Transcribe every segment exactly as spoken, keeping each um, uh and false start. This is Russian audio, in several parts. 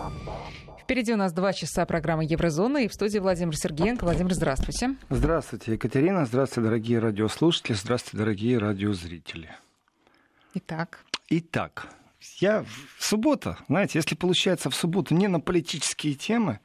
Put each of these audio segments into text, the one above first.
Впереди у нас два часа программы «Еврозона», и в студии Владимир Сергеенко. Владимир, здравствуйте. Здравствуйте, Екатерина. Здравствуйте, дорогие радиослушатели. Здравствуйте, дорогие радиозрители. Итак. Итак, я в суббота, знаете, если получается в субботу не на политические темы,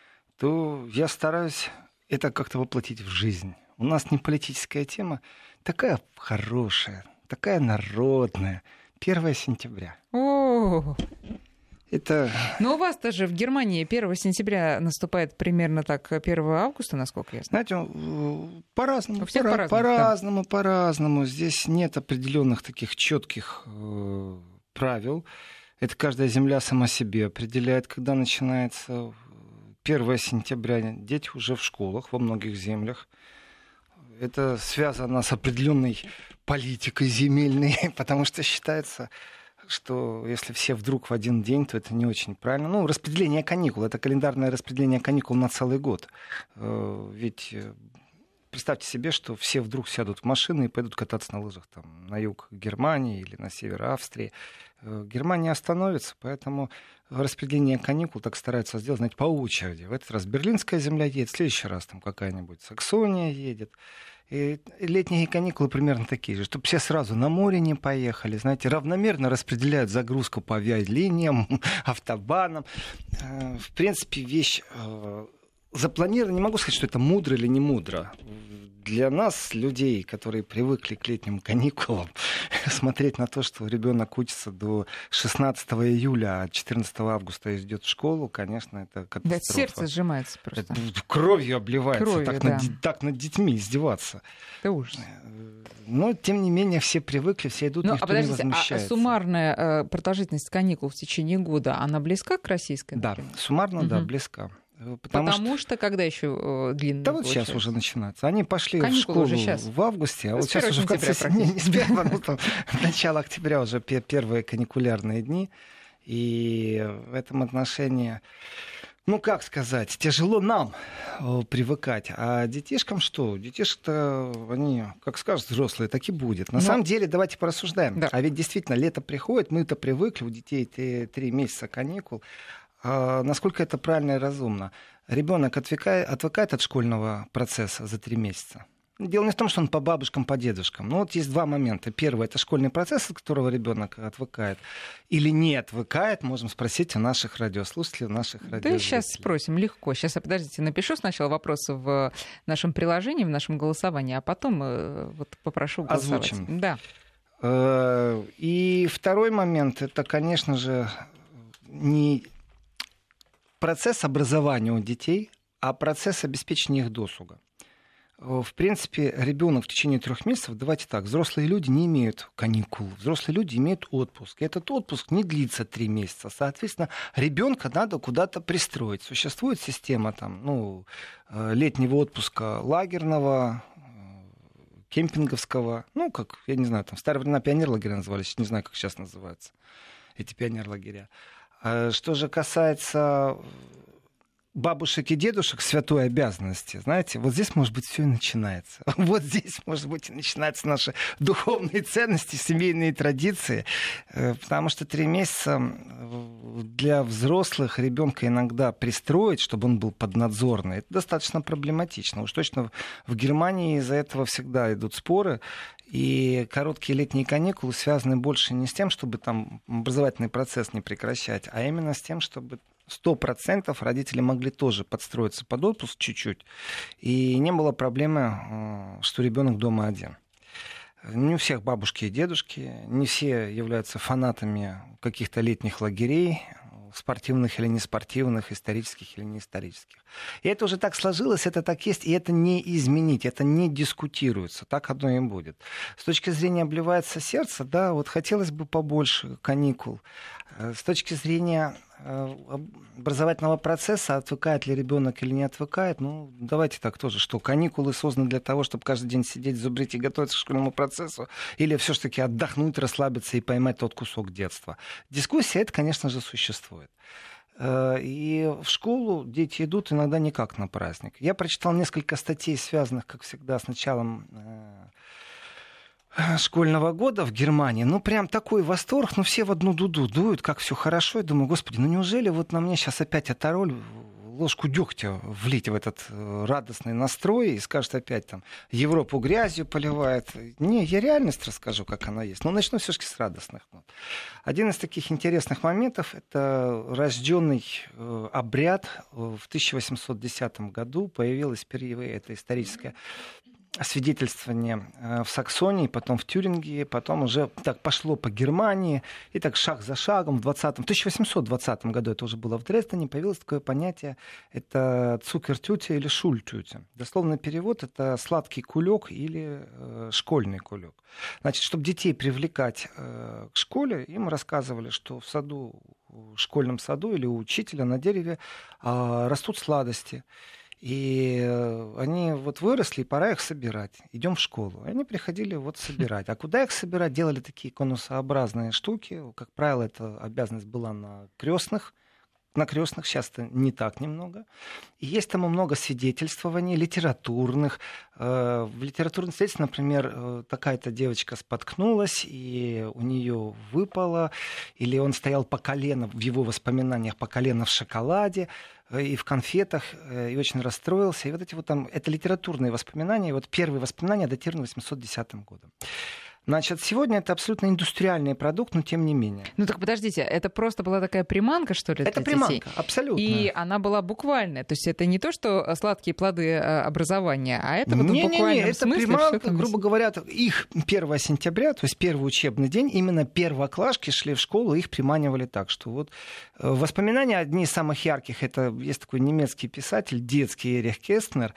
то я стараюсь это как-то воплотить в жизнь. У нас не политическая тема, такая хорошая, такая народная. первое сентября. О, это... Но у вас тоже в Германии первое сентября наступает примерно так первого августа, насколько я знаю. Знаете, по-разному, У всех по-разному, по-разному, по-разному, да. по-разному. Здесь нет определенных таких четких э, правил. Это каждая земля сама себе определяет, когда начинается первое сентября. Дети уже в школах во многих землях. Это связано с определенной политикой земельной, потому что считается, что если все вдруг в один день, то это не очень правильно. Ну, распределение каникул, это календарное распределение каникул на целый год. Ведь представьте себе, что все вдруг сядут в машины и пойдут кататься на лыжах там, на юг Германии или на север Австрии. Германия остановится, поэтому распределение каникул так стараются сделать, знаете, по очереди. В этот раз Берлинская земля едет, в следующий раз там какая-нибудь Саксония едет. И летние каникулы примерно такие же, чтобы все сразу на море не поехали, знаете, равномерно распределяют загрузку по авиалиниям, автобанам. В принципе, вещь запланирована, не могу сказать, что это мудро или не мудро. Для нас, людей, которые привыкли к летним каникулам, смотреть на то, что ребенок учится до шестнадцатого июля, а четырнадцатого августа идет в школу, конечно, это катастрофа. Да, сердце сжимается просто. Это кровью обливается, Кровью, так, да. над, так над детьми издеваться. Это ужас. Но, тем не менее, все привыкли, все идут, ну, никто а подождите, не возмущается. А суммарная э, продолжительность каникул в течение года, она близка к российской? Например? Да, суммарно, угу. да, близка. Потому, Потому что... что когда еще э, длинная? Да вот получается? Сейчас уже начинается. Они пошли каникулы в школу уже сейчас. в августе, а ну, вот сейчас уже в конце... Не, не с первого, ну, там, начало октября уже первые каникулярные дни. И в этом отношении, ну как сказать, тяжело нам привыкать. А детишкам что? Детишки-то, они, как скажут взрослые, так и будет. На Но... самом деле, давайте порассуждаем. Да. А ведь действительно, лето приходит, мы-то привыкли, у детей три месяца каникул. А насколько это правильно и разумно? Ребенок отвыкает, отвыкает от школьного процесса за три месяца. Дело не в том, что он по бабушкам, по дедушкам. Но вот есть два момента. Первый — это школьный процесс, от которого ребенок отвыкает. Или не отвыкает, можем спросить у наших радиослушателей, у наших радиозрителей. Да, сейчас спросим, легко. Сейчас, подождите, напишу сначала вопросы в нашем приложении, в нашем голосовании, а потом вот попрошу голосовать. Озвучим. Да. И второй момент — это, конечно же, не процесс образования у детей, а процесс обеспечения их досуга. В принципе, ребенок в течение трех месяцев, давайте так, взрослые люди не имеют каникул, взрослые люди имеют отпуск. И этот отпуск не длится три месяца. Соответственно, ребенка надо куда-то пристроить. Существует система там, ну, летнего отпуска лагерного, кемпинговского, ну, как, я не знаю, там в старые времена пионерлагеря назывались, не знаю, как сейчас называются эти пионерлагеря. Что же касается бабушек и дедушек святой обязанности, знаете, вот здесь, может быть, все и начинается. Вот здесь, может быть, и начинаются наши духовные ценности, семейные традиции, потому что три месяца для взрослых ребенка иногда пристроить, чтобы он был поднадзорный, это достаточно проблематично. Уж точно в Германии из-за этого всегда идут споры, и короткие летние каникулы связаны больше не с тем, чтобы там образовательный процесс не прекращать, а именно с тем, чтобы сто процентов родители могли тоже подстроиться под отпуск чуть-чуть, и не было проблемы, что ребенок дома один. Не у всех бабушки и дедушки, не все являются фанатами каких-то летних лагерей, спортивных или неспортивных, исторических или неисторических. И это уже так сложилось, это так есть, и это не изменить, это не дискутируется, так оно и будет. С точки зрения обливается сердце, да, вот хотелось бы побольше каникул. С точки зрения образовательного процесса, отвыкает ли ребенок или не отвыкает, ну, давайте так тоже, что каникулы созданы для того, чтобы каждый день сидеть, зубрить и готовиться к школьному процессу, или все-таки отдохнуть, расслабиться и поймать тот кусок детства. Дискуссия, это, конечно же, существует. И в школу дети идут иногда не как на праздник. Я прочитал несколько статей, связанных, как всегда, с началом школьного года в Германии, ну, прям такой восторг, ну, все в одну дуду дуют, как все хорошо. Я думаю, господи, ну, неужели вот на мне сейчас опять эта роль, ложку дегтя влить в этот радостный настрой и скажет опять там, Европу грязью поливает. Не, я реальность расскажу, как она есть. Но начну все-таки с радостных. Один из таких интересных моментов — это рожденный обряд. В тысяча восемьсот десятом году появилась впервые эта историческая свидетельствование в Саксонии, потом в Тюрингии, потом уже так пошло по Германии, и так шаг за шагом в двадцатом, в тысяча восемьсот двадцатом году, это уже было в Дрездене, появилось такое понятие, это цукертюте или шультюте. Дословный перевод — это сладкий кулек или э, школьный кулек. Значит, чтобы детей привлекать э, к школе, им рассказывали, что в саду, в школьном саду или у учителя на дереве э, растут сладости. И они вот выросли, и пора их собирать. Идем в школу. И они приходили вот собирать. А куда их собирать? Делали такие конусообразные штуки. Как правило, эта обязанность была на крестных. На крестных сейчас-то не так немного. И есть там много свидетельствований литературных. В литературном свидетельстве, например, такая-то девочка споткнулась, и у нее выпало, или он стоял по колено, в его воспоминаниях, по колено в шоколаде и в конфетах, и очень расстроился. И вот эти вот там, это литературные воспоминания. И вот первые воспоминания датированы восемьсот десятым годом. Значит, сегодня это абсолютно индустриальный продукт, но тем не менее. Ну так подождите, это просто была такая приманка, что ли, для Это детей? приманка, абсолютно. И она была буквальная, то есть это не то, что сладкие плоды образования, а это вот не, в буквальном не, не, это смысле. приманка, грубо говоря, их первого сентября, то есть первый учебный день, именно первоклашки шли в школу, их приманивали так, что вот воспоминания одни из самых ярких, это есть такой немецкий писатель, детский Эрих Kästner,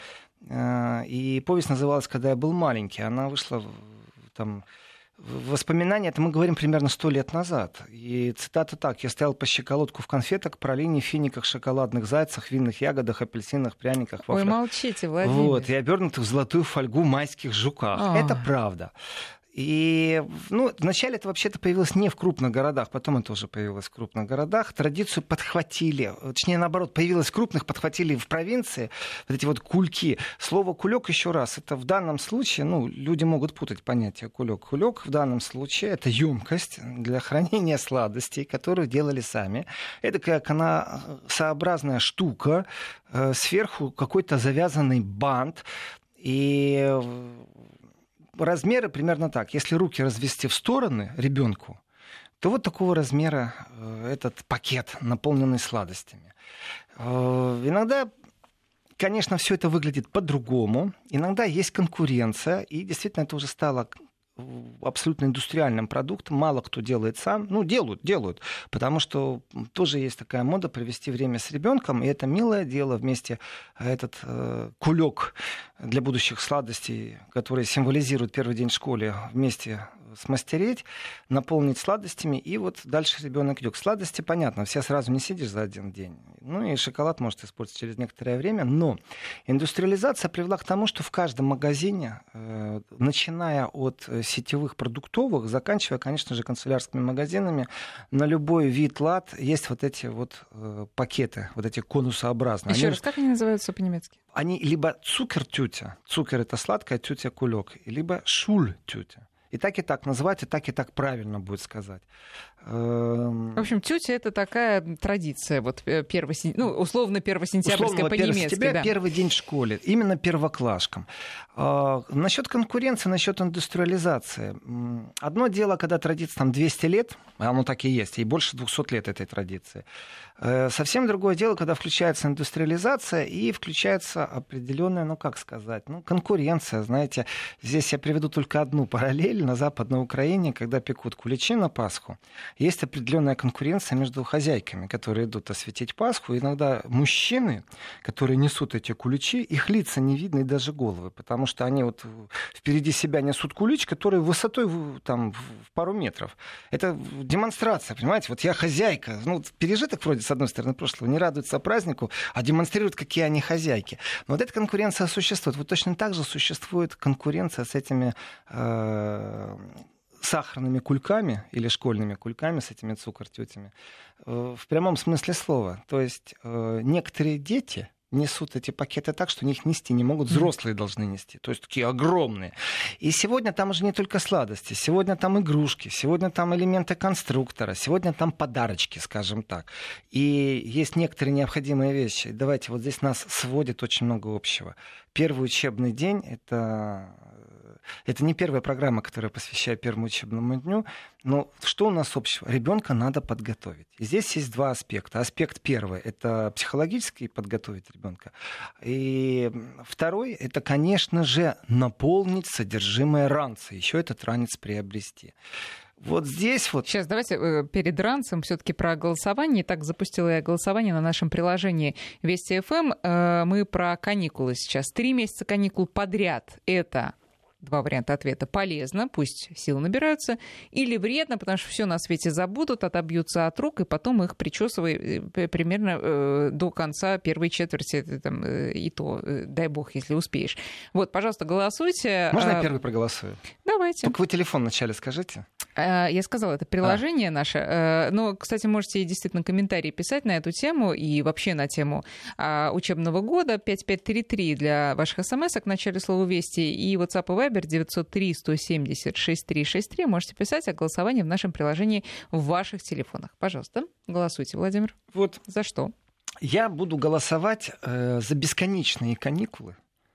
и повесть называлась «Когда я был маленький», она вышла там... Воспоминания, это мы говорим примерно сто лет назад. И цитата так: «Я стоял по щеколотку в конфетах, пралине, финиках, шоколадных зайцах, винных ягодах, апельсинах, пряниках, вафлях». Ой, молчите, Владимир. Вот, и обернутых в золотую фольгу майских жуках. А. Это правда. И, ну, вначале это вообще-то появилось не в крупных городах, потом это уже появилось в крупных городах. Традицию подхватили, точнее, наоборот, появилось в крупных, подхватили в провинции вот эти вот кульки. Слово «кулек», еще раз, это в данном случае, ну, люди могут путать понятие «кулек». Кулек в данном случае — это емкость для хранения сладостей, которую делали сами. Это как она сообразная штука, э, сверху какой-то завязанный бант, и... размеры примерно так. Если руки развести в стороны ребенку, то вот такого размера этот пакет, наполненный сладостями. Иногда, конечно, все это выглядит по-другому. Иногда есть конкуренция, и действительно это уже стало абсолютно индустриальным продуктом. Мало кто делает сам. Ну, делают, делают. Потому что тоже есть такая мода провести время с ребенком, и это милое дело вместе этот э, кулек для будущих сладостей, которые символизируют первый день в школе, вместе смастерить, наполнить сладостями, и вот дальше ребенок идет. Сладости, понятно, все сразу не сидишь за один день. Ну и шоколад может испортиться через некоторое время, но индустриализация привела к тому, что в каждом магазине, э, начиная от сетевых продуктовых, заканчивая, конечно же, канцелярскими магазинами, на любой вид лад есть вот эти вот э, пакеты, вот эти конусообразные. Еще они, раз, как они называются по-немецки? Они либо цукертюте, цукер — это сладкая, тютя — кулек, либо шультюте. И так, и так называть, и так, и так правильно будет сказать. В общем, тютя — это такая традиция, вот первый, ну, условно первосентябрьская по-немецки. Условно, да. Первый день в школе, именно первоклашкам. Насчет конкуренции, насчет индустриализации. Одно дело, когда традиция там двести лет, а оно так и есть, и больше двухсот лет этой традиции. Совсем другое дело, когда включается индустриализация и включается определенная, ну как сказать, ну конкуренция, знаете. Здесь я приведу только одну параллель. На Западной Украине, когда пекут куличи на Пасху, есть определенная конкуренция между хозяйками, которые идут осветить Пасху. И иногда мужчины, которые несут эти куличи, их лица не видно и даже головы, потому что они вот впереди себя несут кулич, который высотой там, в пару метров. Это демонстрация, понимаете? Вот я хозяйка. Ну, пережиток вроде, с одной стороны, прошлого, не радуется празднику, а демонстрирует, какие они хозяйки. Но вот эта конкуренция существует. Вот точно так же существует конкуренция с этими э, сахарными кульками или школьными кульками, с этими цукертютями, э, в прямом смысле слова. То есть э, некоторые дети несут эти пакеты так, что их нести не могут, взрослые должны нести, то есть такие огромные. И сегодня там уже не только сладости, сегодня там игрушки, сегодня там элементы конструктора, сегодня там подарочки, скажем так. И есть некоторые необходимые вещи. Давайте, вот здесь нас сводит очень много общего. Первый учебный день — это... Это не первая программа, которая посвящает первому учебному дню, но что у нас общего? Ребенка надо подготовить. И здесь есть два аспекта. Аспект первый — это психологически подготовить ребенка. И второй — это, конечно же, наполнить содержимое ранца, еще этот ранец приобрести. Вот здесь вот... Сейчас давайте перед ранцем все-таки про голосование. Так, запустила я голосование на нашем приложении Вести эф эм. Мы про каникулы сейчас. Три месяца каникул подряд — это... Два варианта ответа. Полезно, пусть силы набираются, или вредно, потому что все на свете забудут, отобьются от рук, и потом их причесывай примерно э, до конца первой четверти, там, э, и то, э, дай бог, если успеешь. Вот, пожалуйста, голосуйте. Можно я первый проголосую? Давайте. Только вы телефон вначале скажите. Я сказала, это приложение а. наше. Но, кстати, можете действительно комментарии писать на эту тему и вообще на тему учебного года. пять пять три три для ваших смс-ок в начале слова «Вести». И WhatsApp и Viber девятьсот три сто семьдесят шесть три шесть три. Можете писать о голосовании в нашем приложении в ваших телефонах. Пожалуйста, голосуйте, Владимир. Вот. За что? Я буду голосовать э, за бесконечные каникулы.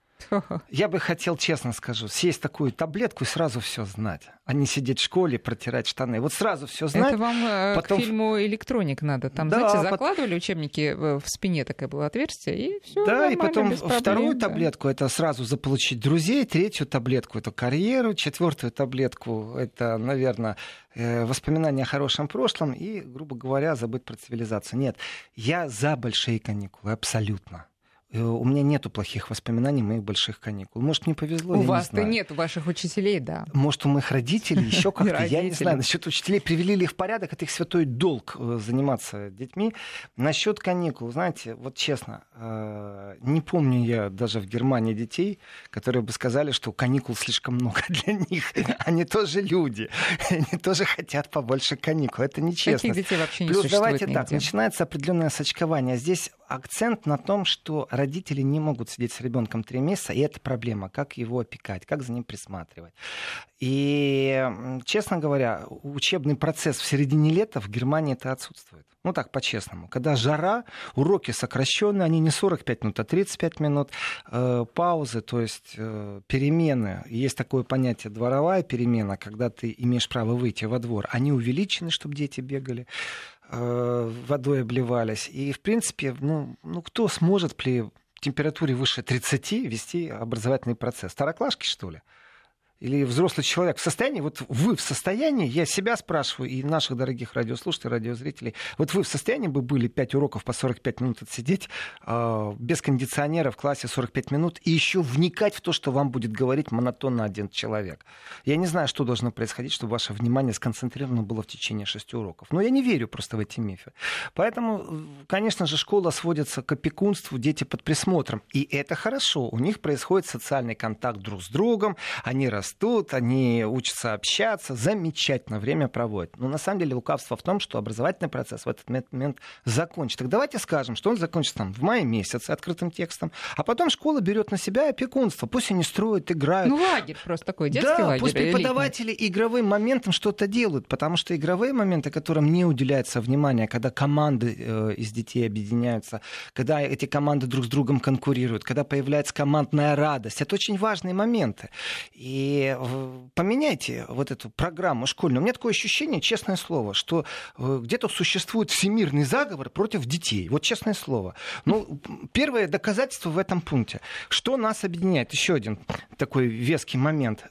Я бы хотел, честно скажу, съесть такую таблетку и сразу все знать, а не сидеть в школе, протирать штаны. Вот сразу все знать. Это вам э, потом... к фильму «Электроник» надо. Там, да, знаете, закладывали пот... учебники, в спине такое было отверстие, и все. Да, и потом вторую да. таблетку — это сразу заполучить друзей, третью таблетку — это карьеру, четвертую таблетку — это, наверное, воспоминания о хорошем прошлом и, грубо говоря, забыть про цивилизацию. Нет, я за большие каникулы, абсолютно. У меня нету плохих воспоминаний моих больших каникул. Может, мне повезло, у я вас-то не знаю. Нет, у ваших учителей, да. Может, у моих родителей еще как-то, я не знаю. Насчет учителей, привели ли их в порядок, это их святой долг заниматься детьми. Насчет каникул, знаете, вот честно, не помню я даже в Германии детей, которые бы сказали, что каникул слишком много для них. Они тоже люди, они тоже хотят побольше каникул. Это нечестно. Таких детей вообще не Плюс существует давайте нигде. Так, начинается определенное сочкование. Здесь акцент на том, что родители не могут сидеть с ребенком три месяца, и это проблема, как его опекать, как за ним присматривать. И, честно говоря, учебный процесс в середине лета в Германии это отсутствует. Ну так, по-честному. Когда жара, уроки сокращенные, они не сорок пять минут, а тридцать пять минут. Э, паузы, то есть э, перемены. Есть такое понятие дворовая перемена, когда ты имеешь право выйти во двор. Они увеличены, чтобы дети бегали, э, водой обливались. И, в принципе, ну, ну кто сможет при температуре выше тридцати вести образовательный процесс? Староклашки, что ли? Или взрослый человек в состоянии, вот вы в состоянии, я себя спрашиваю и наших дорогих радиослушателей, радиозрителей, вот вы в состоянии бы были пять уроков по сорок пять минут отсидеть э, без кондиционера в классе сорок пять минут и еще вникать в то, что вам будет говорить монотонно один человек? Я не знаю, что должно происходить, чтобы ваше внимание сконцентрировано было в течение шести уроков. Но я не верю просто в эти мифы. Поэтому, конечно же, школа сводится к опекунству, дети под присмотром. И это хорошо. У них происходит социальный контакт друг с другом, они растут. Тут они учатся общаться, замечательно время проводят. Но на самом деле лукавство в том, что образовательный процесс в этот момент закончится. Так давайте скажем, что он закончится там, в мае месяце открытым текстом, а потом школа берет на себя опекунство. Пусть они строят, играют. Ну, лагерь просто такой, детский да, лагерь. Да, пусть преподаватели элитный. Игровым моментом что-то делают, потому что игровые моменты, которым не уделяется внимание, когда команды э, из детей объединяются, когда эти команды друг с другом конкурируют, когда появляется командная радость, это очень важные моменты. И поменяйте вот эту программу школьную. У меня такое ощущение, честное слово, что где-то существует всемирный заговор против детей. Вот честное слово. Ну, первое доказательство в этом пункте. Что нас объединяет? Еще один такой веский момент.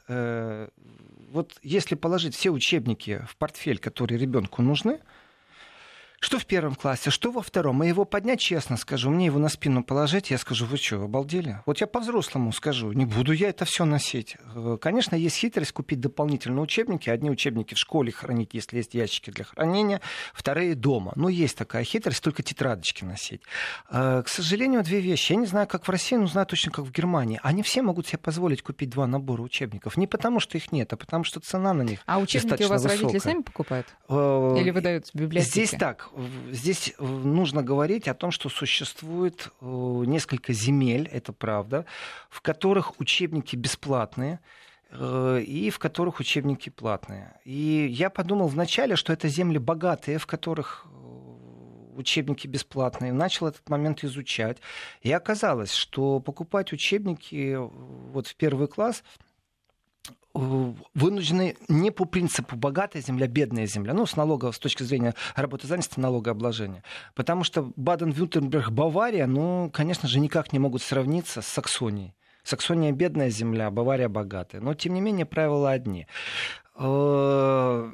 Вот если положить все учебники в портфель, которые ребенку нужны, что в первом классе, что во втором. И его поднять, честно скажу, мне его на спину положить, я скажу, вы что, обалдели? Вот я по-взрослому скажу, не буду я это все носить. Конечно, есть хитрость купить дополнительные учебники. Одни учебники в школе хранить, если есть ящики для хранения, вторые дома. Ну, есть такая хитрость, только тетрадочки носить. К сожалению, две вещи. Я не знаю, как в России, но знаю точно, как в Германии. Они все могут себе позволить купить два набора учебников. Не потому, что их нет, а потому, что цена на них А учебники у вас высокая. Родители сами покупают? Или выдают в библиотеке? Здесь так. здесь нужно говорить о том, что существует несколько земель, это правда, в которых учебники бесплатные, и в которых учебники платные. И я подумал вначале, что это земли богатые, в которых учебники бесплатные. Начал этот момент изучать. И оказалось, что покупать учебники вот в первый класс вынуждены не по принципу богатая земля, бедная земля, ну, с налога, с точки зрения работозанятости, налогообложения. Потому что Баден-Вюртемберг, Бавария, ну, конечно же, никак не могут сравниться с Саксонией. Саксония бедная земля, Бавария богатая. Но, тем не менее, правила одни. Ну,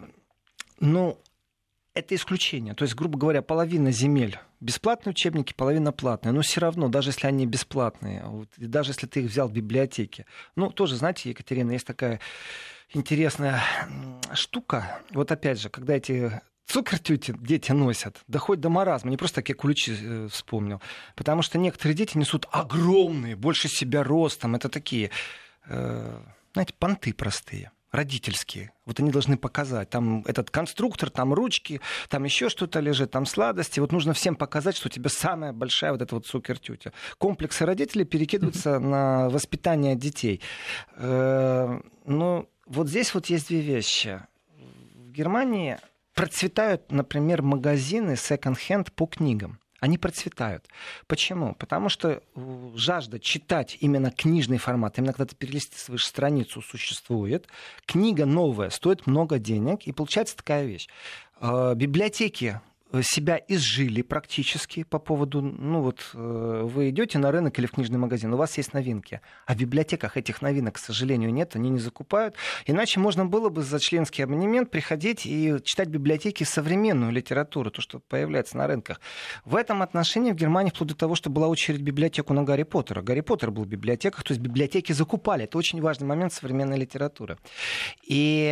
это исключение. То есть, грубо говоря, половина земель бесплатные учебники, половина платные. Но все равно, даже если они бесплатные, вот, и даже если ты их взял в библиотеке. Ну, тоже, знаете, Екатерина, есть такая интересная штука. Вот опять же, когда эти цукертюти дети носят, да хоть до маразма, не просто такие куличи э, вспомнил. Потому что некоторые дети несут огромные, больше себя ростом. Это такие, э, знаете, понты простые. Родительские. Вот они должны показать. Там этот конструктор, там ручки, там еще что-то лежит, там сладости. Вот нужно всем показать, что у тебя самая большая вот эта вот цукер-тютя. Комплексы родителей перекидываются на воспитание детей. Но вот здесь вот есть две вещи. В Германии процветают, например, магазины секонд-хенд по книгам. Они процветают. Почему? Потому что жажда читать именно книжный формат, именно когда ты перелистываешь страницу, существует. Книга новая стоит много денег, и получается такая вещь. Библиотеки себя изжили практически по поводу, ну вот вы идете на рынок или в книжный магазин, у вас есть новинки, а в библиотеках этих новинок, к сожалению, нет, они не закупают. Иначе можно было бы за членский абонемент приходить и читать в библиотеке современную литературу, то, что появляется на рынках. В этом отношении в Германии вплоть до того, что была очередь в библиотеку на Гарри Поттера. Гарри Поттер был в библиотеках, то есть библиотеки закупали. Это очень важный момент современной литературы. И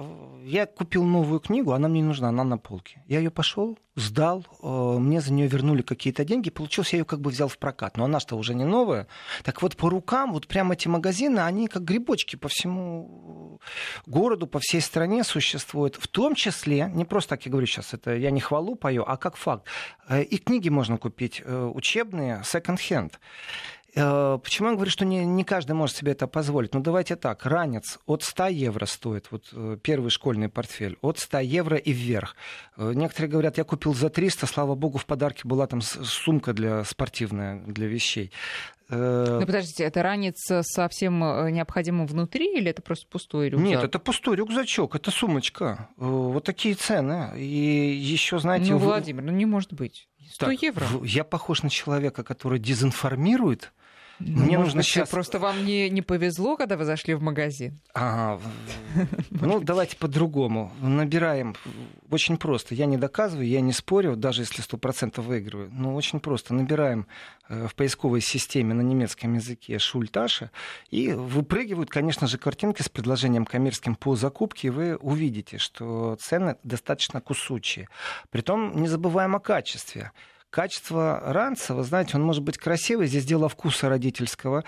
я купил новую книгу, она мне не нужна, она на полке. Я ее пошел, сдал, мне за нее вернули какие-то деньги, получилось, я ее как бы взял в прокат. Но она-то уже не новая. Так вот, по рукам, вот прямо эти магазины, они как грибочки по всему городу, по всей стране существуют. В том числе, не просто так я говорю сейчас, это я не хвалу пою, а как факт. И книги можно купить учебные, секонд-хенд. Почему я говорю, что не, не каждый может себе это позволить? Ну, давайте так. Ранец от ста евро стоит, вот первый школьный портфель, от ста евро и вверх. Некоторые говорят, я купил за триста, слава богу, в подарке была там сумка для, спортивная для вещей. Ну, подождите, это ранец со всем необходимым внутри или это просто пустой рюкзак? Нет, это пустой рюкзачок, это сумочка. Вот такие цены. И еще, знаете... Ну, Владимир, ну не может быть. сто так, евро. Я похож на человека, который дезинформирует. Ну, Мне может нужно быть, сейчас... Просто вам не, не повезло, когда вы зашли в магазин? Ага. Ну, давайте по-другому. Набираем. Очень просто. Я не доказываю, я не спорю, даже если сто процентов выигрываю. Но очень просто. Набираем в поисковой системе на немецком языке «Шульташе», и выпрыгивают, конечно же, картинки с предложением коммерческим по закупке, и вы увидите, что цены достаточно кусучие. Притом не забываем о качестве. Качество ранца, вы знаете, он может быть красивый, здесь дело вкуса родительского.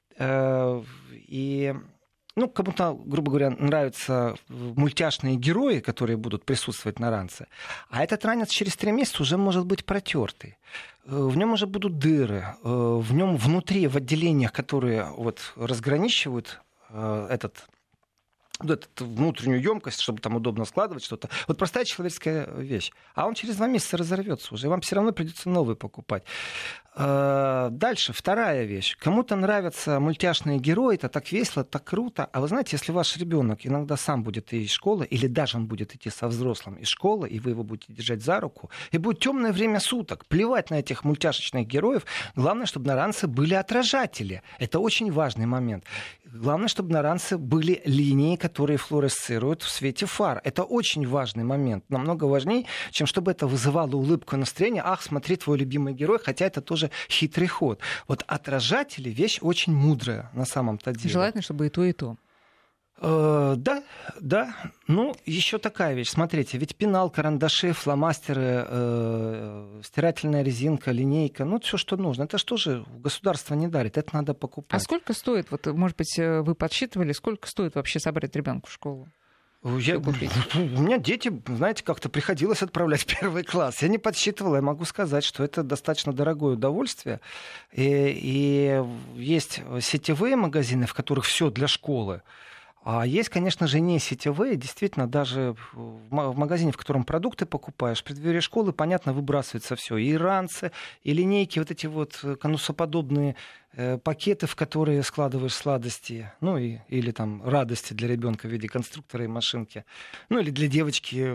И, ну, кому-то, грубо говоря, нравятся мультяшные герои, которые будут присутствовать на ранце. А этот ранец через три месяца уже может быть протертый. В нем уже будут дыры. В нем внутри, в отделениях, которые вот разграничивают этот... Вот эту внутреннюю емкость, чтобы там удобно складывать что-то. Вот простая человеческая вещь. А он через два месяца разорвется уже, и вам все равно придется новый покупать. Дальше, вторая вещь. Кому-то нравятся мультяшные герои, это так весело, так круто. А вы знаете, если ваш ребенок иногда сам будет идти из школы, или даже он будет идти со взрослым из школы, и вы его будете держать за руку, и будет темное время суток, плевать на этих мультяшечных героев, главное, чтобы на ранце были отражатели. Это очень важный момент. Главное, чтобы на ранце были линии, которые флуоресцируют в свете фар. Это очень важный момент. Намного важнее, чем чтобы это вызывало улыбку и настроение. Ах, смотри, твой любимый герой, хотя это тоже хитрый ход. Вот отражатели — вещь очень мудрая на самом-то деле. Желательно, чтобы и то, и то. Э, да, да. Ну, еще такая вещь. Смотрите, ведь пенал, карандаши, фломастеры, э, стирательная резинка, линейка, ну, все, что нужно. Это что же государство не дарит, это надо покупать. А сколько стоит, вот, может быть, вы подсчитывали, сколько стоит вообще собрать ребенка в школу? Я, у меня дети, знаете, как-то приходилось отправлять в первый класс. Я не подсчитывал, я могу сказать, что это достаточно дорогое удовольствие. И, и есть сетевые магазины, в которых все для школы. А есть, конечно же, не сетевые. Действительно, даже в магазине, в котором продукты покупаешь, в преддверии школы, понятно, выбрасывается все. И ранцы, и линейки, вот эти вот конусоподобные э, пакеты, в которые складываешь сладости, ну и, или там радости для ребенка в виде конструктора и машинки. Ну или для девочки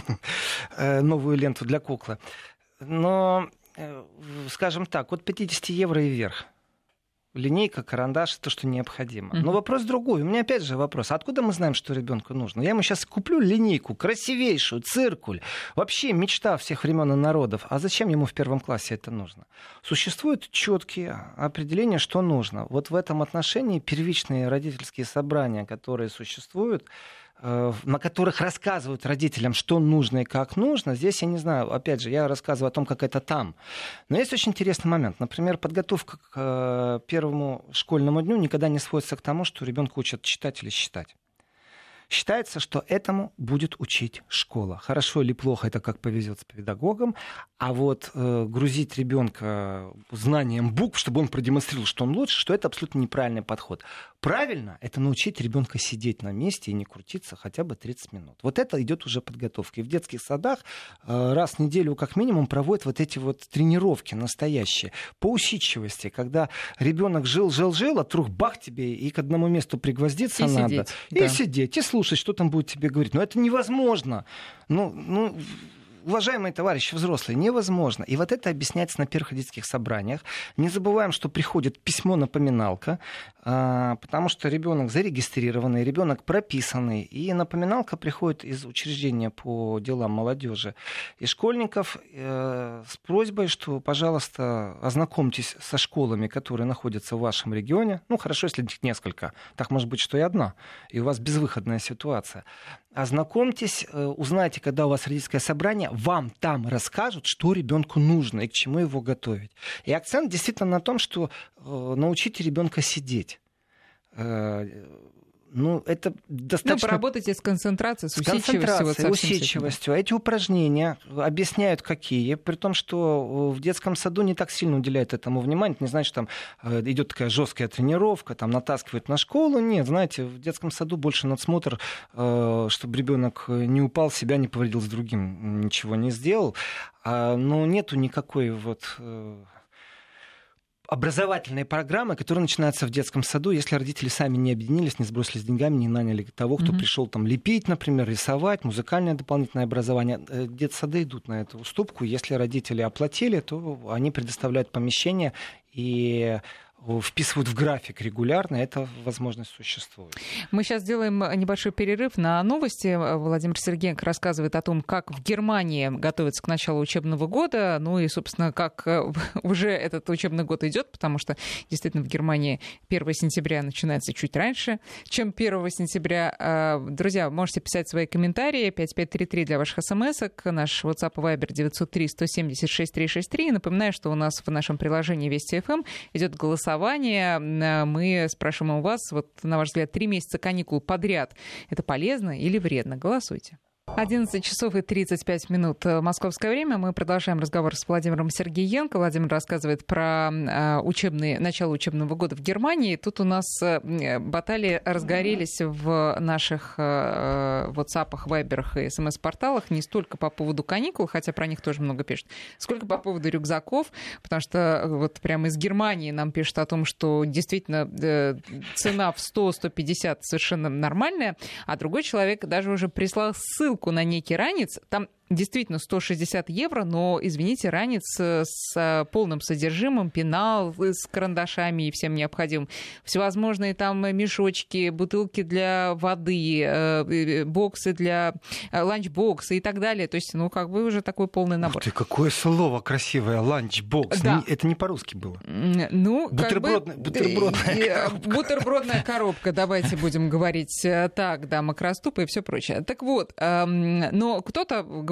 новую ленту для куклы. Но, скажем так, от пятьдесят евро и вверх. Линейка, карандаш, то, что необходимо. Но вопрос другой. У меня опять же вопрос. Откуда мы знаем, что ребенку нужно? Я ему сейчас куплю линейку, красивейшую, циркуль. Вообще мечта всех времен и народов. А зачем ему в первом классе это нужно? Существуют четкие определения, что нужно. Вот в этом отношении первичные родительские собрания, которые существуют, на которых рассказывают родителям, что нужно и как нужно. Здесь, я не знаю, опять же, я рассказываю о том, как это там. Но есть очень интересный момент. Например, подготовка к первому школьному дню никогда не сводится к тому, что ребенка учат читать или считать. Считается, что этому будет учить школа. Хорошо или плохо, это как повезет с педагогом. А вот э, грузить ребенка знанием букв, чтобы он продемонстрировал, что он лучше, что это абсолютно неправильный подход. Правильно — это научить ребенка сидеть на месте и не крутиться хотя бы тридцать минут. Вот это идет уже подготовка. И в детских садах э, раз в неделю как минимум проводят вот эти вот тренировки настоящие по усидчивости, когда ребенок жил, жил, жил, а вдруг бах тебе и к одному месту пригвоздиться и надо. Сидеть, и да. сидеть, и слушать, что там будет тебе говорить. Но это невозможно. Ну, ну, уважаемые товарищи взрослые, невозможно. И вот это объясняется на первых детских собраниях. Не забываем, что приходит письмо-напоминалка, потому что ребенок зарегистрированный, ребенок прописанный. И напоминалка приходит из учреждения по делам молодежи и школьников с просьбой, что, пожалуйста, ознакомьтесь со школами, которые находятся в вашем регионе. Ну, хорошо, если их несколько. Так может быть, что и одна. И у вас безвыходная ситуация. Ознакомьтесь, узнайте, когда у вас родительское собрание, вам там расскажут, что ребенку нужно и к чему его готовить. И акцент действительно на том, что э, научите ребенка сидеть. Э, ну, это достаточно... Ну, поработайте с концентрацией, с, с усидчивостью. концентрацией, Вот усидчивостью. Эти упражнения объясняют, какие. При том, что в детском саду не так сильно уделяют этому внимания. Это не значит, что там идет такая жесткая тренировка, там натаскивают на школу. Нет, знаете, в детском саду больше надсмотр, чтобы ребенок не упал, себя не повредил, с другим ничего не сделал. Но нету никакой вот... образовательные программы, которые начинаются в детском саду, если родители сами не объединились, не сбросились деньгами, не наняли того, кто mm-hmm. пришел там лепить, например, рисовать, музыкальное дополнительное образование. Детсады идут на эту уступку. Если родители оплатили, то они предоставляют помещение и вписывают в график регулярно, эта возможность существует. Мы сейчас делаем небольшой перерыв на новости. Владимир Сергеенко рассказывает о том, как в Германии готовятся к началу учебного года, ну и, собственно, как уже этот учебный год идет, потому что действительно в Германии первого сентября начинается чуть раньше, чем первого сентября. Друзья, можете писать свои комментарии. пять пять три три для ваших смс-ок. Наш WhatsApp и Viber девятьсот три сто семьдесят шесть триста шестьдесят три. Напоминаю, что у нас в нашем приложении Вести эф эм идет голосование. Мы спрашиваем у вас, вот, на ваш взгляд, три месяца каникул подряд. Это полезно или вредно? Голосуйте. одиннадцать часов и тридцать пять минут московское время. Мы продолжаем разговор с Владимиром Сергеенко. Владимир рассказывает про учебные, начало учебного года в Германии. Тут у нас баталии разгорелись в наших WhatsApp, Viber и эс эм эс-порталах не столько по поводу каникул, хотя про них тоже много пишут, сколько по поводу рюкзаков, потому что вот прямо из Германии нам пишут о том, что действительно цена в сто - сто пятьдесят совершенно нормальная, а другой человек даже уже прислал ссылку на некий ранец, там действительно сто шестьдесят евро, но, извините, ранец с полным содержимым, пенал с карандашами и всем необходимым. Всевозможные там мешочки, бутылки для воды, боксы для ланчбоксы и так далее. То есть, ну, как бы уже такой полный набор. Ух ты, какое слово красивое, ланчбокс. Да. Это не по-русски было. Ну, бутербродная, как бы, бутербродная, бутербродная коробка, давайте будем говорить так, да, макроступы и все прочее. Так вот, но кто-то говорит,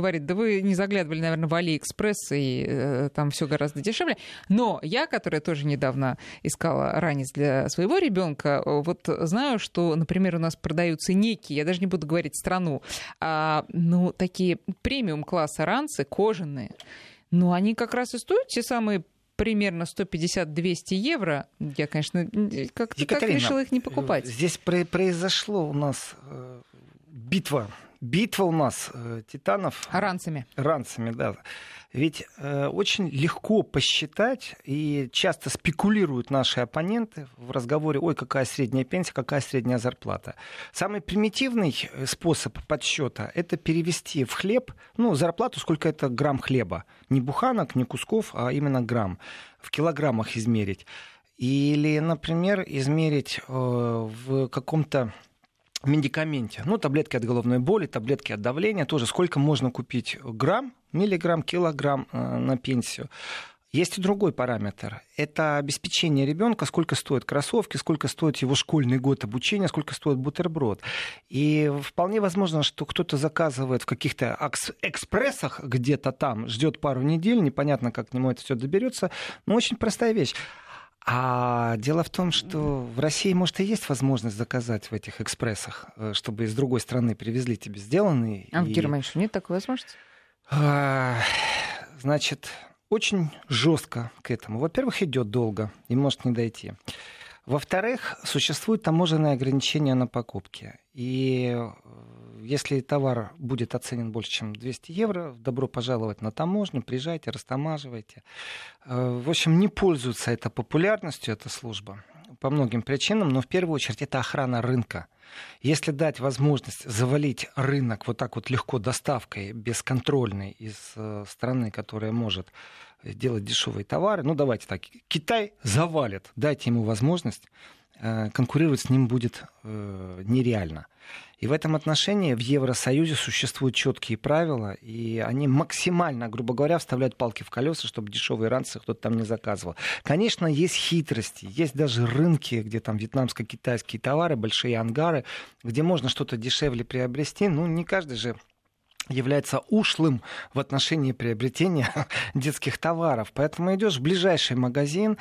говорит, да вы не заглядывали, наверное, в Алиэкспресс, и э, там все гораздо дешевле. Но я, которая тоже недавно искала ранец для своего ребенка, вот знаю, что, например, у нас продаются некие, я даже не буду говорить страну, а, ну, такие премиум-класса ранцы, кожаные. Но они как раз и стоят те самые примерно сто пятьдесят - двести евро. Я, конечно, как-то так решила их не покупать. Здесь произошло у нас битва. Битва у нас титанов. Ранцами. Ранцами, да. Ведь э, очень легко посчитать, и часто спекулируют наши оппоненты в разговоре, ой, какая средняя пенсия, какая средняя зарплата. Самый примитивный способ подсчета — это перевести в хлеб, ну, зарплату, сколько это грамм хлеба. Не буханок, не кусков, а именно грамм. В килограммах измерить. Или, например, измерить э, в каком-то медикаменте. Ну, таблетки от головной боли, таблетки от давления. Тоже сколько можно купить грамм, миллиграмм, килограмм э, на пенсию. Есть и другой параметр. Это обеспечение ребенка, сколько стоят кроссовки, сколько стоит его школьный год обучения, сколько стоит бутерброд. И вполне возможно, что кто-то заказывает в каких-то экспрессах где-то там, ждет пару недель, непонятно, как к нему это все доберется. Но очень простая вещь. А дело в том, что в России, может, и есть возможность заказать в этих экспрессах, чтобы из другой страны привезли тебе сделанные. А и... в Германии что, нет такой возможности? Значит, очень жестко к этому. Во-первых, идет долго и может не дойти. Во-вторых, существуют таможенные ограничения на покупки. И если товар будет оценен больше, чем двести евро, добро пожаловать на таможню, приезжайте, растамаживайте. В общем, не пользуется это популярностью, эта служба, по многим причинам, но в первую очередь это охрана рынка. Если дать возможность завалить рынок вот так вот легко доставкой, бесконтрольной из страны, которая может делать дешевые товары, ну давайте так, Китай завалит, дайте ему возможность, конкурировать с ним будет нереально. И в этом отношении в Евросоюзе существуют четкие правила, и они максимально, грубо говоря, вставляют палки в колеса, чтобы дешевые ранцы кто-то там не заказывал. Конечно, есть хитрости, есть даже рынки, где там вьетнамско-китайские товары, большие ангары, где можно что-то дешевле приобрести. Ну, не каждый же является ушлым в отношении приобретения детских товаров. Поэтому идешь в ближайший магазин,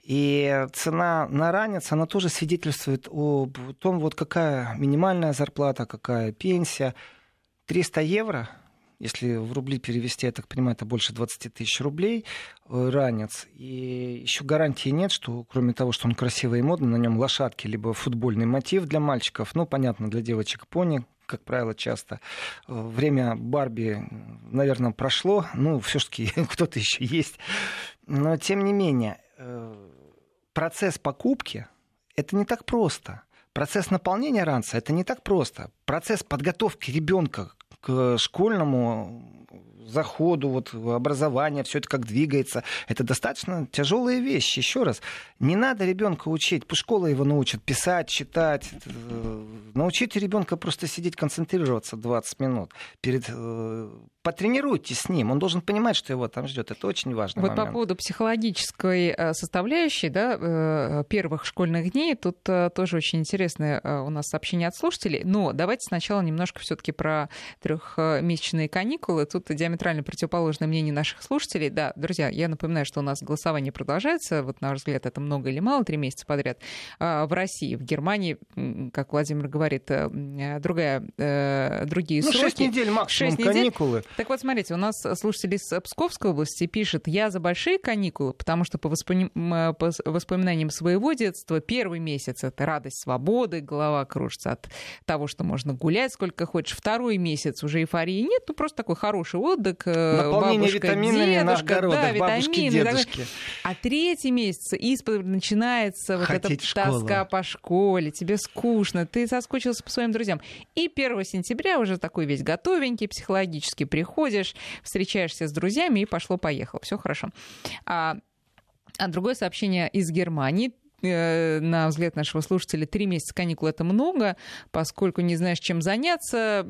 и цена на ранец, она тоже свидетельствует о том, вот какая минимальная зарплата, какая пенсия. триста евро, если в рубли перевести, я так понимаю, это больше двадцать тысяч рублей ранец. И еще гарантии нет, что кроме того, что он красивый и модный, на нем лошадки, либо футбольный мотив для мальчиков, ну, понятно, для девочек пони, как правило, часто. Время Барби, наверное, прошло. Ну, все-таки кто-то еще есть. Но, тем не менее, процесс покупки — это не так просто. Процесс наполнения ранца — это не так просто. Процесс подготовки ребенка к школьному заходу, вот, образования, все это как двигается. Это достаточно тяжелые вещи. Еще раз, не надо ребенка учить, пусть школа его научит писать, читать. Научите ребенка просто сидеть, концентрироваться двадцать минут. Перед... Потренируйтесь с ним, он должен понимать, что его там ждет. Это очень важно. Вот момент. По поводу психологической составляющей, да, первых школьных дней, тут тоже очень интересное у нас сообщение от слушателей. Но давайте сначала немножко все-таки про трехмесячные каникулы. Тут диаметрально противоположное мнение наших слушателей. Да, друзья, я напоминаю, что у нас голосование продолжается. Вот, на ваш взгляд, это много или мало, три месяца подряд. В России, в Германии, как Владимир говорит, другая, другие ну, сроки. шесть недель максимум шесть каникулы. Так вот, смотрите, у нас слушатель из Псковской области пишет: я за большие каникулы, потому что по, воспоми... по воспоминаниям своего детства первый месяц — это радость свободы, голова кружится от того, что можно гулять сколько хочешь. Второй месяц уже эйфории нет, ну просто такой хороший отдых. Наполнение бабушка, витаминами дедушка, на огородах, да, бабушки, витамины, дедушки. А третий месяц исповедь начинается вот эта тоска по школе, тебе скучно, ты соскучился по своим друзьям. И первого сентября уже такой весь готовенький, психологически приходишь, встречаешься с друзьями и пошло-поехало. Все хорошо. А, а другое сообщение из Германии. на взгляд нашего слушателя, три месяца каникул — это много, поскольку не знаешь, чем заняться,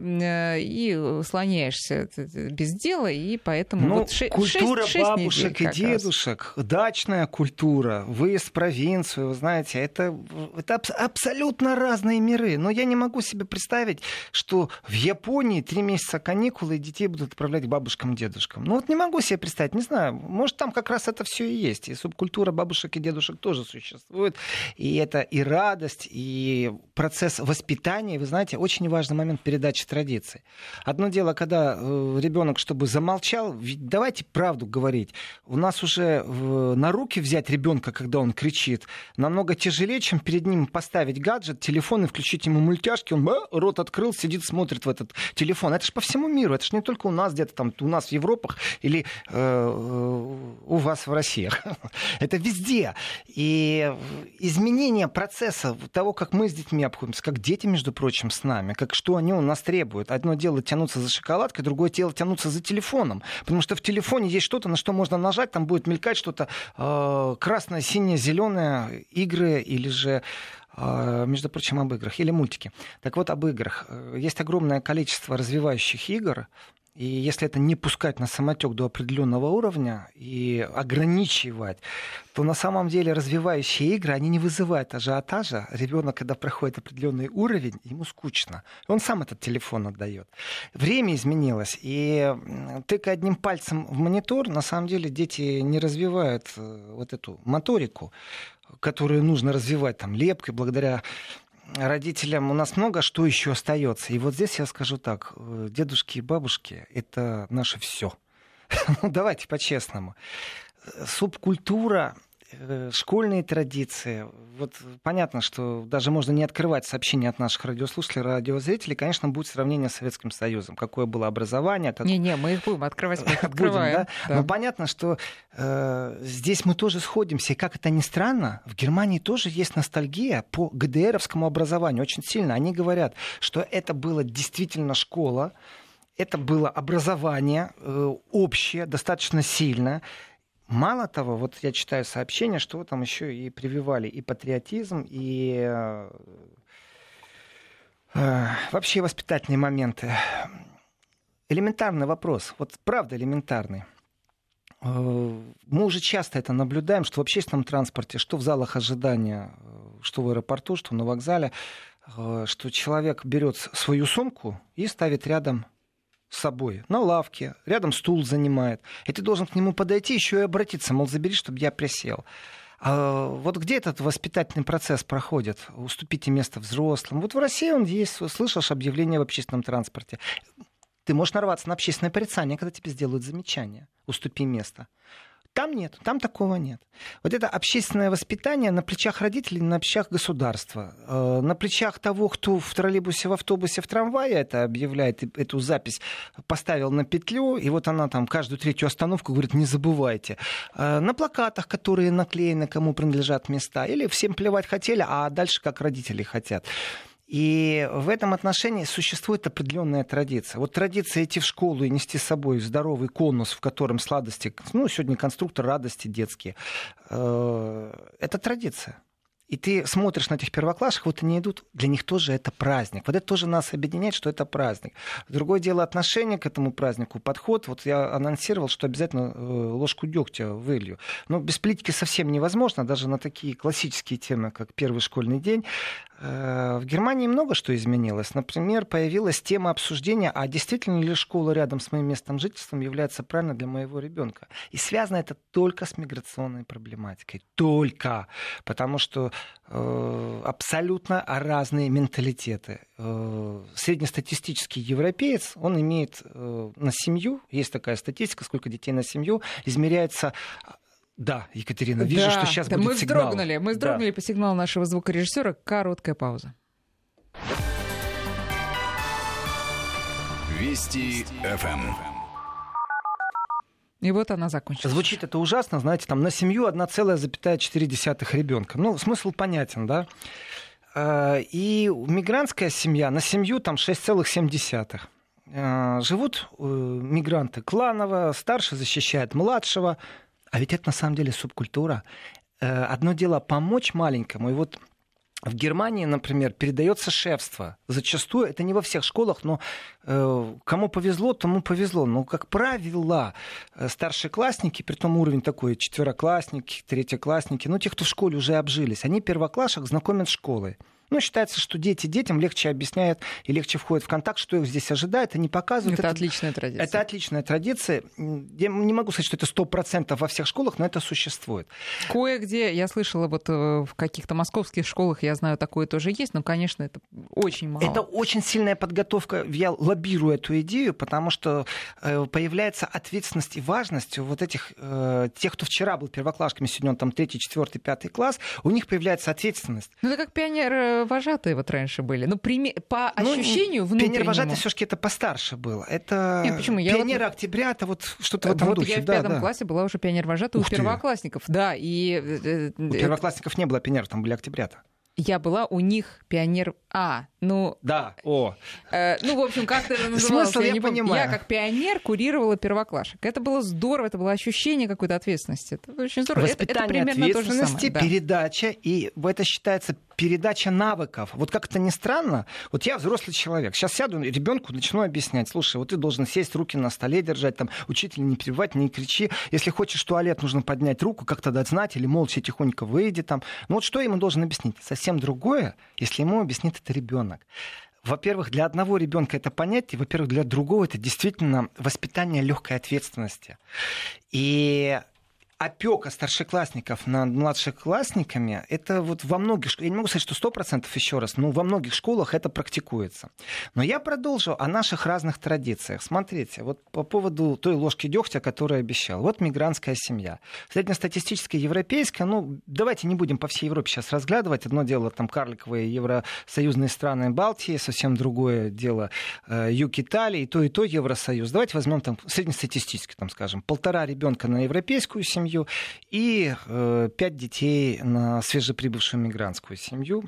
и слоняешься без дела, и поэтому... Ну, вот шесть, культура шесть, шесть бабушек и дедушек, раз. Дачная культура, выезд в провинцию, вы знаете, это, это аб- абсолютно разные миры. Но я не могу себе представить, что в Японии три месяца каникулы и детей будут отправлять к бабушкам и дедушкам. Ну вот не могу себе представить, не знаю, может там как раз это все и есть, и субкультура бабушек и дедушек тоже существует. И это и радость, и процесс воспитания. Вы знаете, очень важный момент передачи традиций. Одно дело, когда э, ребенок, чтобы замолчал, ведь давайте правду говорить. У нас уже э, на руки взять ребенка, когда он кричит, намного тяжелее, чем перед ним поставить гаджет, телефон и включить ему мультяшки. Он э, рот открыл, сидит, смотрит в этот телефон. Это же по всему миру. Это же не только у нас где-то там, у нас в Европах или э, э, у вас в России. Это везде. И изменение процесса того, как мы с детьми обходимся, как дети, между прочим, с нами, как что они у нас требуют. Одно дело тянуться за шоколадкой, другое дело тянуться за телефоном. Потому что в телефоне есть что-то, на что можно нажать, там будет мелькать что-то э, красное, синее, зеленое, игры или же, э, между прочим, об играх, или мультики. Так вот, об играх. Есть огромное количество развивающих игр. И если это не пускать на самотек до определенного уровня и ограничивать, то на самом деле развивающие игры, они не вызывают ажиотажа. Ребенок, когда проходит определенный уровень, ему скучно. Он сам этот телефон отдает. Время изменилось. И тыкая одним пальцем в монитор, на самом деле дети не развивают вот эту моторику, которую нужно развивать там, лепкой, благодаря... родителям у нас много что еще остается. И вот здесь я скажу так. Дедушки и бабушки — это наше все. Ну, давайте по-честному. Субкультура, школьные традиции. Вот понятно, что даже можно не открывать сообщения от наших радиослушателей, радиозрителей. Конечно, будет сравнение с Советским Союзом. Какое было образование. Как... Не-не, мы их будем открывать, мы их открываем. Будем, да? Да. Но понятно, что э, здесь мы тоже сходимся. И как это ни странно, в Германии тоже есть ностальгия по ГДРовскому образованию. Очень сильно. Они говорят, что это была действительно школа, это было образование э, общее, достаточно сильное. Мало того, вот я читаю сообщения, что там еще и прививали и патриотизм, и э, э, вообще воспитательные моменты. Элементарный вопрос, вот правда элементарный. Э, мы уже часто это наблюдаем, что в общественном транспорте, что в залах ожидания, что в аэропорту, что на вокзале, э, что человек берет свою сумку и ставит рядом с собой, на лавке, рядом стул занимает. И ты должен к нему подойти, еще и обратиться, мол, забери, чтобы я присел. А вот где этот воспитательный процесс проходит? Уступите место взрослым. Вот в России он есть. Слышишь объявление в общественном транспорте. Ты можешь нарваться на общественное порицание, когда тебе сделают замечание. Уступи место. Там нет, там такого нет. Вот это общественное воспитание на плечах родителей, на плечах государства, э, на плечах того, кто в троллейбусе, в автобусе, в трамвае это объявляет, эту запись поставил на петлю, и вот она там каждую третью остановку говорит, не забывайте. Э, на плакатах, которые наклеены, кому принадлежат места, или всем плевать хотели, а дальше как родители хотят. И в этом отношении существует определенная традиция. Вот традиция идти в школу и нести с собой здоровый конус, в котором сладости, ну, сегодня конструктор радости детские, это традиция. И ты смотришь на этих первоклашек, вот они идут, для них тоже это праздник. Вот это тоже нас объединяет, что это праздник. Другое дело отношение к этому празднику, подход. Вот я анонсировал, что обязательно ложку дегтя вылью. Но без политики совсем невозможно, даже на такие классические темы, как первый школьный день. В Германии много что изменилось. Например, появилась тема обсуждения, а действительно ли школа рядом с моим местом жительства является правильной для моего ребенка. И связано это только с миграционной проблематикой. Только. Потому что э, абсолютно разные менталитеты. Э, среднестатистический европеец, он имеет э, на семью, есть такая статистика, сколько детей на семью, измеряется... Да, Екатерина, вижу, да, что сейчас да, будет мы сигнал. Вздрогнули, мы вздрогнули да. по сигналу нашего звукорежиссера. Короткая пауза. Вести эф эм. И вот она закончилась. Звучит это ужасно, знаете, там на семью одна целая четыре десятых ребенка. Ну, смысл понятен, да? И мигрантская семья на семью там шесть целых семь десятых. Живут мигранты кланово, старший защищает младшего. А ведь это на самом деле субкультура. одно дело помочь маленькому, и вот в Германии, например, передается шефство. Зачастую, это не во всех школах, но э, кому повезло, тому повезло. Но, как правило, старшеклассники, при том уровень такой, четвероклассники, третьеклассники, ну, те, кто в школе уже обжились, они первоклашек знакомят с школой. Ну, считается, что дети детям легче объясняют и легче входят в контакт, что их здесь ожидает, они показывают. Это, это отличная традиция. Это отличная традиция. Я не могу сказать, что это сто процентов во всех школах, но это существует. Кое-где, я слышала, вот в каких-то московских школах, я знаю, такое тоже есть, но, конечно, это очень мало. Это очень сильная подготовка. Я лоббирую эту идею, потому что появляется ответственность и важность у вот этих, тех, кто вчера был первоклашками, сегодня он там третий, четвертый, пятый класс, у них появляется ответственность. Ну, это как пионер вожатые вот раньше были. Ну, прими... по ощущению ну, внутреннему... Пионер-вожатый все-таки это постарше было. Это Нет, почему? Я пионеры вот... октября, это вот что-то в этом вот духе. Я в да, пятом да. классе была уже пионер-вожатой у первоклассников. Да, и... У первоклассников не было пионеров, там были октябрята. Я была у них пионер... А, ну... Да, о. Э, ну, в общем, как-то это называлось. Смысл я, я не понимаю. Я как пионер курировала первоклашек. Это было здорово, это было ощущение какой-то ответственности. Это очень здорово. Воспитание это, это примерно ответственности, то же самое, передача, да. И это считается передача навыков. Вот как это ни странно, вот я взрослый человек. Сейчас сяду ребенку, начну объяснять. Слушай, вот ты должен сесть, руки на столе держать, там, учителя не перебивать, не кричи. Если хочешь в туалет, нужно поднять руку, как-то дать знать, или молча тихонько выйди там. Ну вот что ему должен объяснить? Совсем другое, если ему объяснит это ребенок. Во-первых, для одного ребенка это понятие, во-первых, для другого это действительно воспитание легкой ответственности. И опека старшеклассников над младшеклассниками, это вот во многих школах, я не могу сказать, что сто процентов еще раз, но во многих школах это практикуется. Но я продолжу о наших разных традициях. Смотрите, вот по поводу той ложки дегтя, которую я обещал. Вот мигрантская семья. Среднестатистическая европейская, ну, давайте не будем по всей Европе сейчас разглядывать. Одно дело там карликовые евросоюзные страны Балтии, совсем другое дело э, юг Италии, и то, и то Евросоюз. Давайте возьмем там среднестатистически, там, скажем, полтора ребенка на европейскую семью, и э, пять детей на свежеприбывшую мигрантскую семью.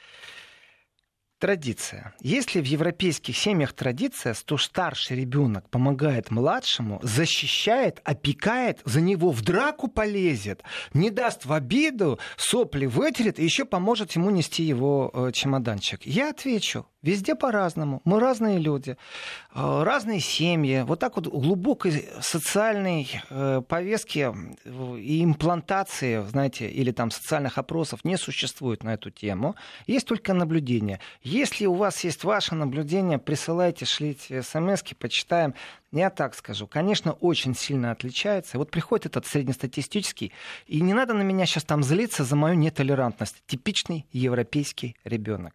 Традиция. Если в европейских семьях традиция, то старший ребенок помогает младшему, защищает, опекает, за него в драку полезет, не даст в обиду, сопли вытерет и еще поможет ему нести его э, чемоданчик. Я отвечу. Везде по-разному. Мы разные люди, разные семьи. Вот так вот глубокой социальной повестки и имплантации, знаете, или там социальных опросов не существует на эту тему. Есть только наблюдение. Если у вас есть ваше наблюдение, присылайте, шлите смски, почитаем. Я так скажу. Конечно, очень сильно отличается. Вот приходит этот среднестатистический, и не надо на меня сейчас там злиться за мою нетолерантность. Типичный европейский ребенок.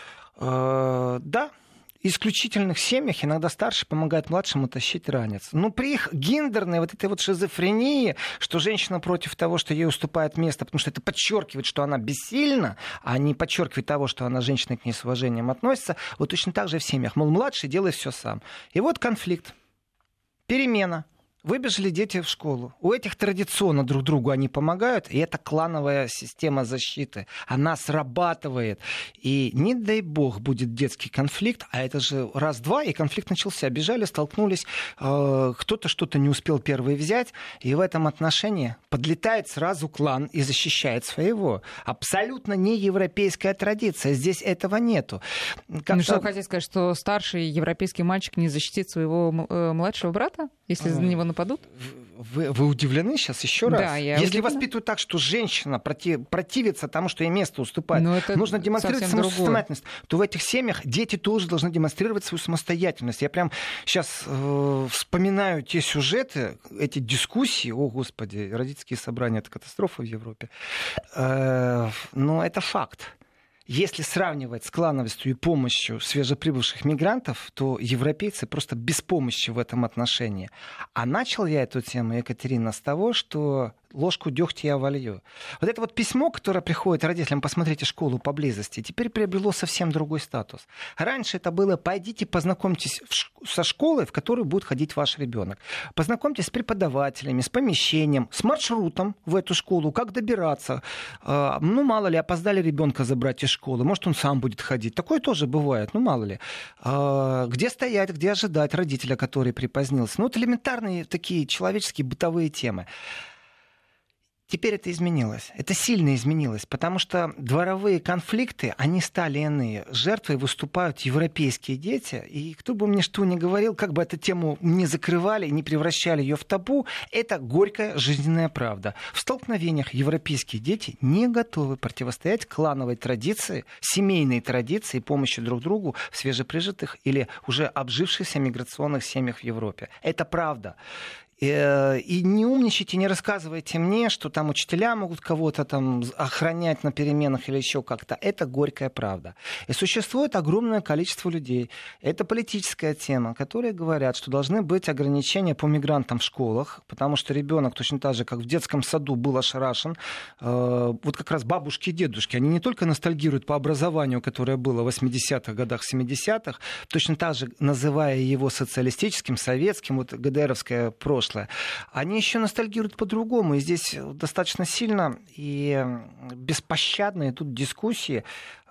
Да, в исключительных семьях иногда старший помогает младшему тащить ранец. Но при их гендерной вот этой вот шизофрении, что женщина против того, что ей уступает место, потому что это подчеркивает, что она бессильна, а не подчеркивает того, что она, женщина, к ней с уважением относится, вот точно так же в семьях. Мол, младший, делай все сам. И вот конфликт, перемена. Выбежали дети в школу. У этих традиционно друг другу они помогают, и это клановая система защиты. Она срабатывает. И не дай бог будет детский конфликт, а это же раз-два, и конфликт начался. Бежали, столкнулись, э, кто-то что-то не успел первый взять, и в этом отношении подлетает сразу клан и защищает своего. Абсолютно не европейская традиция. Здесь этого нету. Как-то... Ну что вы хотите сказать, что старший европейский мальчик не защитит своего э, младшего брата, если на него нападут? Вы, вы удивлены сейчас еще раз? Да, я Если удивлена. воспитывают так, что женщина против, противится тому, что ей место уступает, нужно демонстрировать самостоятельность, то в этих семьях дети тоже должны демонстрировать свою самостоятельность. Я прям сейчас э, вспоминаю те сюжеты, эти дискуссии. О, Господи, родительские собрания — это катастрофа в Европе. Э, но это факт. Если сравнивать с клановостью и помощью свежеприбывших мигрантов, то европейцы просто без помощи в этом отношении. А начал я эту тему, Екатерина, с того, что ложку дегтя я волью. Вот это вот письмо, которое приходит родителям: посмотрите школу поблизости, теперь приобрело совсем другой статус. Раньше это было: пойдите познакомьтесь со школой, в которую будет ходить ваш ребенок. Познакомьтесь с преподавателями, с помещением, с маршрутом в эту школу, как добираться. Ну, мало ли, опоздали ребенка забрать из школы, может, он сам будет ходить. Такое тоже бывает, ну, мало ли. Где стоять, где ожидать родителя, который припозднился. Ну, вот элементарные такие человеческие бытовые темы. Теперь это изменилось. Это сильно изменилось, потому что дворовые конфликты, они стали иные. Жертвой выступают европейские дети, и кто бы мне что ни говорил, как бы эту тему не закрывали, не превращали ее в табу, это горькая жизненная правда. В столкновениях европейские дети не готовы противостоять клановой традиции, семейной традиции, помощи друг другу в свежеприжитых или уже обжившихся миграционных семьях в Европе. Это правда. И не умничайте, не рассказывайте мне, что там учителя могут кого-то там охранять на переменах или еще как-то. Это горькая правда. И существует огромное количество людей. Это политическая тема, которые говорят, что должны быть ограничения по мигрантам в школах, потому что ребенок точно так же, как в детском саду был ошарашен. Вот как раз бабушки и дедушки, они не только ностальгируют по образованию, которое было в восьмидесятых годах, семидесятых, точно так же называя его социалистическим, советским, вот ГДРовское прошлое. Они еще ностальгируют по-другому. И здесь достаточно сильно и беспощадно идут дискуссии.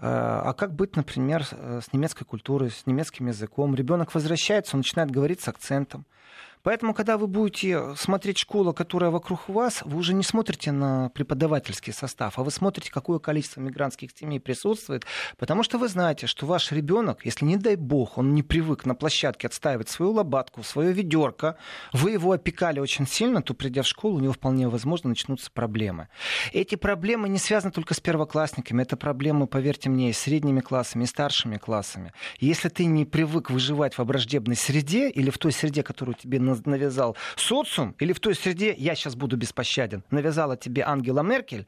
А как быть, например, с немецкой культурой, с немецким языком? Ребенок возвращается, он начинает говорить с акцентом. Поэтому, когда вы будете смотреть школу, которая вокруг вас, вы уже не смотрите на преподавательский состав, а вы смотрите, какое количество мигрантских семей присутствует, потому что вы знаете, что ваш ребенок, если, не дай бог, он не привык на площадке отстаивать свою лопатку, свое ведерко, вы его опекали очень сильно, то, придя в школу, у него вполне возможно начнутся проблемы. Эти проблемы не связаны только с первоклассниками, это проблемы, поверьте мне, и с средними классами, и старшими классами. И если ты не привык выживать в враждебной среде или в той среде, которую тебе навязал социум, или в той среде, я сейчас буду беспощаден, навязала тебе Ангела Меркель,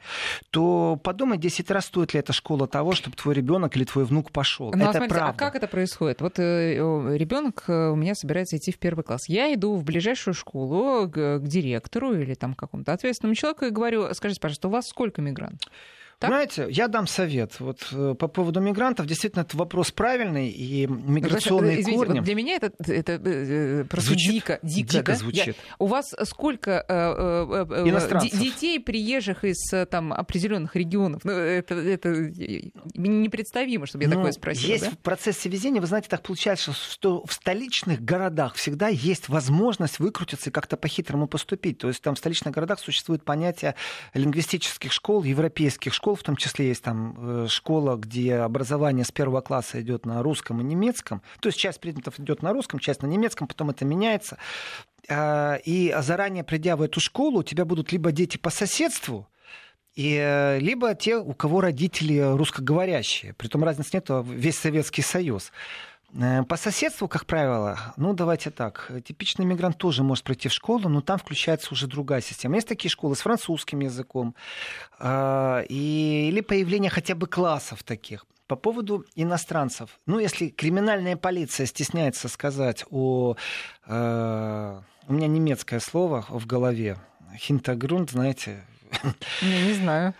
то подумай десять раз, стоит ли эта школа того, чтобы твой ребенок или твой внук пошел. Ну, это а смотрите, правда. А как это происходит? Вот э, ребенок у меня собирается идти в первый класс. Я иду в ближайшую школу к, к директору или там какому-то ответственному человеку и говорю: скажите, пожалуйста, у вас сколько мигрантов? Так? Знаете, я дам совет. Вот э, по поводу мигрантов, действительно, это вопрос правильный, и миграционные Извините, корни... Вот для меня это, это, это просто звучит, дико, дико, дико да? звучит. Я, у вас сколько э, э, иностранцев, детей, приезжих из там определенных регионов? Ну, это, это непредставимо, чтобы я ну, такое спросила. Есть да? в процессе везения, вы знаете, так получается, что в столичных городах всегда есть возможность выкрутиться и как-то по-хитрому поступить. То есть там в столичных городах существует понятие лингвистических школ, европейских школ, в том числе есть там школа, где образование с первого класса идет на русском и немецком. То есть часть предметов идет на русском, часть на немецком, потом это меняется. И заранее придя в эту школу, у тебя будут либо дети по соседству, и, либо те, у кого родители русскоговорящие. Притом разницы нет, весь Советский Союз. По соседству, как правило, ну давайте так, типичный мигрант тоже может пройти в школу, но там включается уже другая система. Есть такие школы с французским языком, и, или появление хотя бы классов таких. По поводу иностранцев. Ну, если криминальная полиция стесняется сказать о... Э, у меня немецкое слово в голове. Hintergrund, знаете... Я не знаю.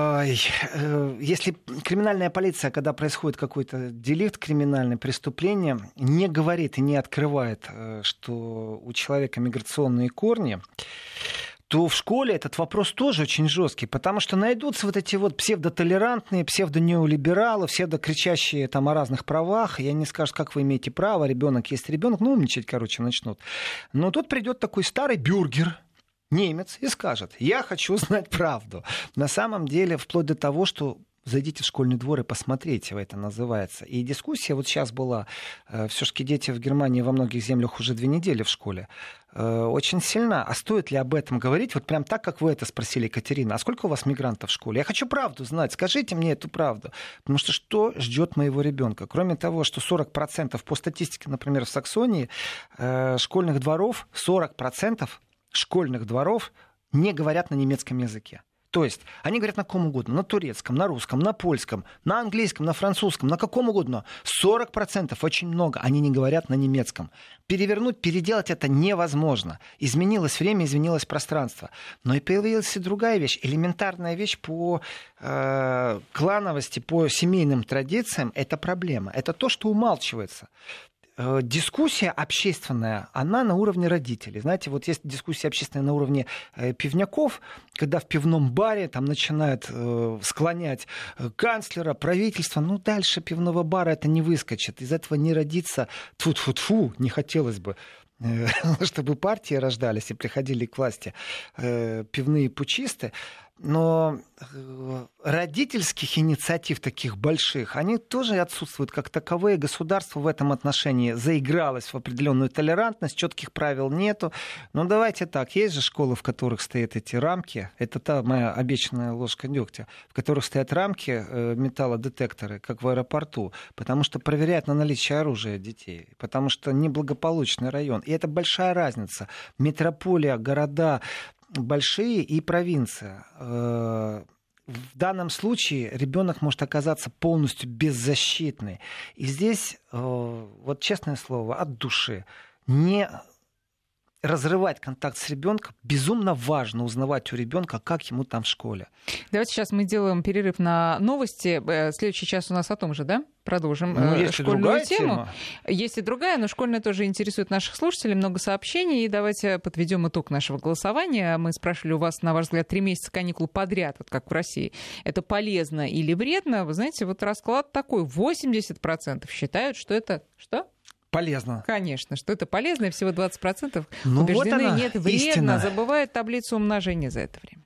Если криминальная полиция, когда происходит какой-то деликт, криминальное преступление, не говорит и не открывает, что у человека миграционные корни, то в школе этот вопрос тоже очень жесткий, потому что найдутся вот эти вот псевдотолерантные, псевдонеолибералы, псевдокричащие там о разных правах, и они скажут, как вы имеете право, ребенок есть ребенок, ну умничать, короче, начнут. Но тут придет такой старый бюргер, немец, и скажет: я хочу знать правду. На самом деле, вплоть до того, что зайдите в школьный двор и посмотрите, это называется. И дискуссия вот сейчас была, все-таки дети в Германии во многих землях уже две недели в школе, очень сильна. А стоит ли об этом говорить? Вот прям так, как вы это спросили, Екатерина. А сколько у вас мигрантов в школе? Я хочу правду знать. Скажите мне эту правду. Потому что что ждет моего ребенка? Кроме того, что сорок процентов по статистике, например, в Саксонии, школьных дворов, сорок процентов школьных дворов не говорят на немецком языке. То есть они говорят на ком угодно, на турецком, на русском, на польском, на английском, на французском, на каком угодно. сорок процентов, очень много, они не говорят на немецком. Перевернуть, переделать это невозможно. Изменилось время, изменилось пространство. Но и появилась и другая вещь, элементарная вещь по э, клановости, по семейным традициям. Это проблема, это то, что умалчивается. Дискуссия общественная, она на уровне родителей. Знаете, вот есть дискуссия общественная на уровне э, пивняков, когда в пивном баре там начинают э, склонять канцлера, правительство. Ну, дальше пивного бара это не выскочит. Из этого не родится, тьфу-тьфу-тьфу, не хотелось бы, э, чтобы партии рождались и приходили к власти э, пивные пучисты. Но родительских инициатив таких больших, они тоже отсутствуют как таковые. Государство в этом отношении заигралось в определенную толерантность, четких правил нету. Но давайте так, есть же школы, в которых стоят эти рамки, это та моя обещанная ложка дегтя, в которых стоят рамки, металлодетекторы, как в аэропорту, потому что проверяют на наличие оружия детей, потому что неблагополучный район. И это большая разница. Метрополия, города большие и провинция. В данном случае ребенок может оказаться полностью беззащитный. И здесь, вот честное слово, от души, не разрывать контакт с ребенком, безумно важно узнавать у ребенка, как ему там в школе. Давайте сейчас мы делаем перерыв на новости. Следующий час у нас о том же, да? Продолжим ну, есть школьную тему. Тема. Есть и другая, но школьная тоже интересует наших слушателей. Много сообщений. И давайте подведем итог нашего голосования. Мы спрашивали у вас, на ваш взгляд, три месяца каникул подряд, вот как в России. Это полезно или вредно? Вы знаете, вот расклад такой. восемьдесят процентов считают, что это... Что? Полезно. Конечно, что это полезно, и всего двадцать процентов ну, убеждены, вот она, нет, вредно, истина. Забывают таблицу умножения за это время.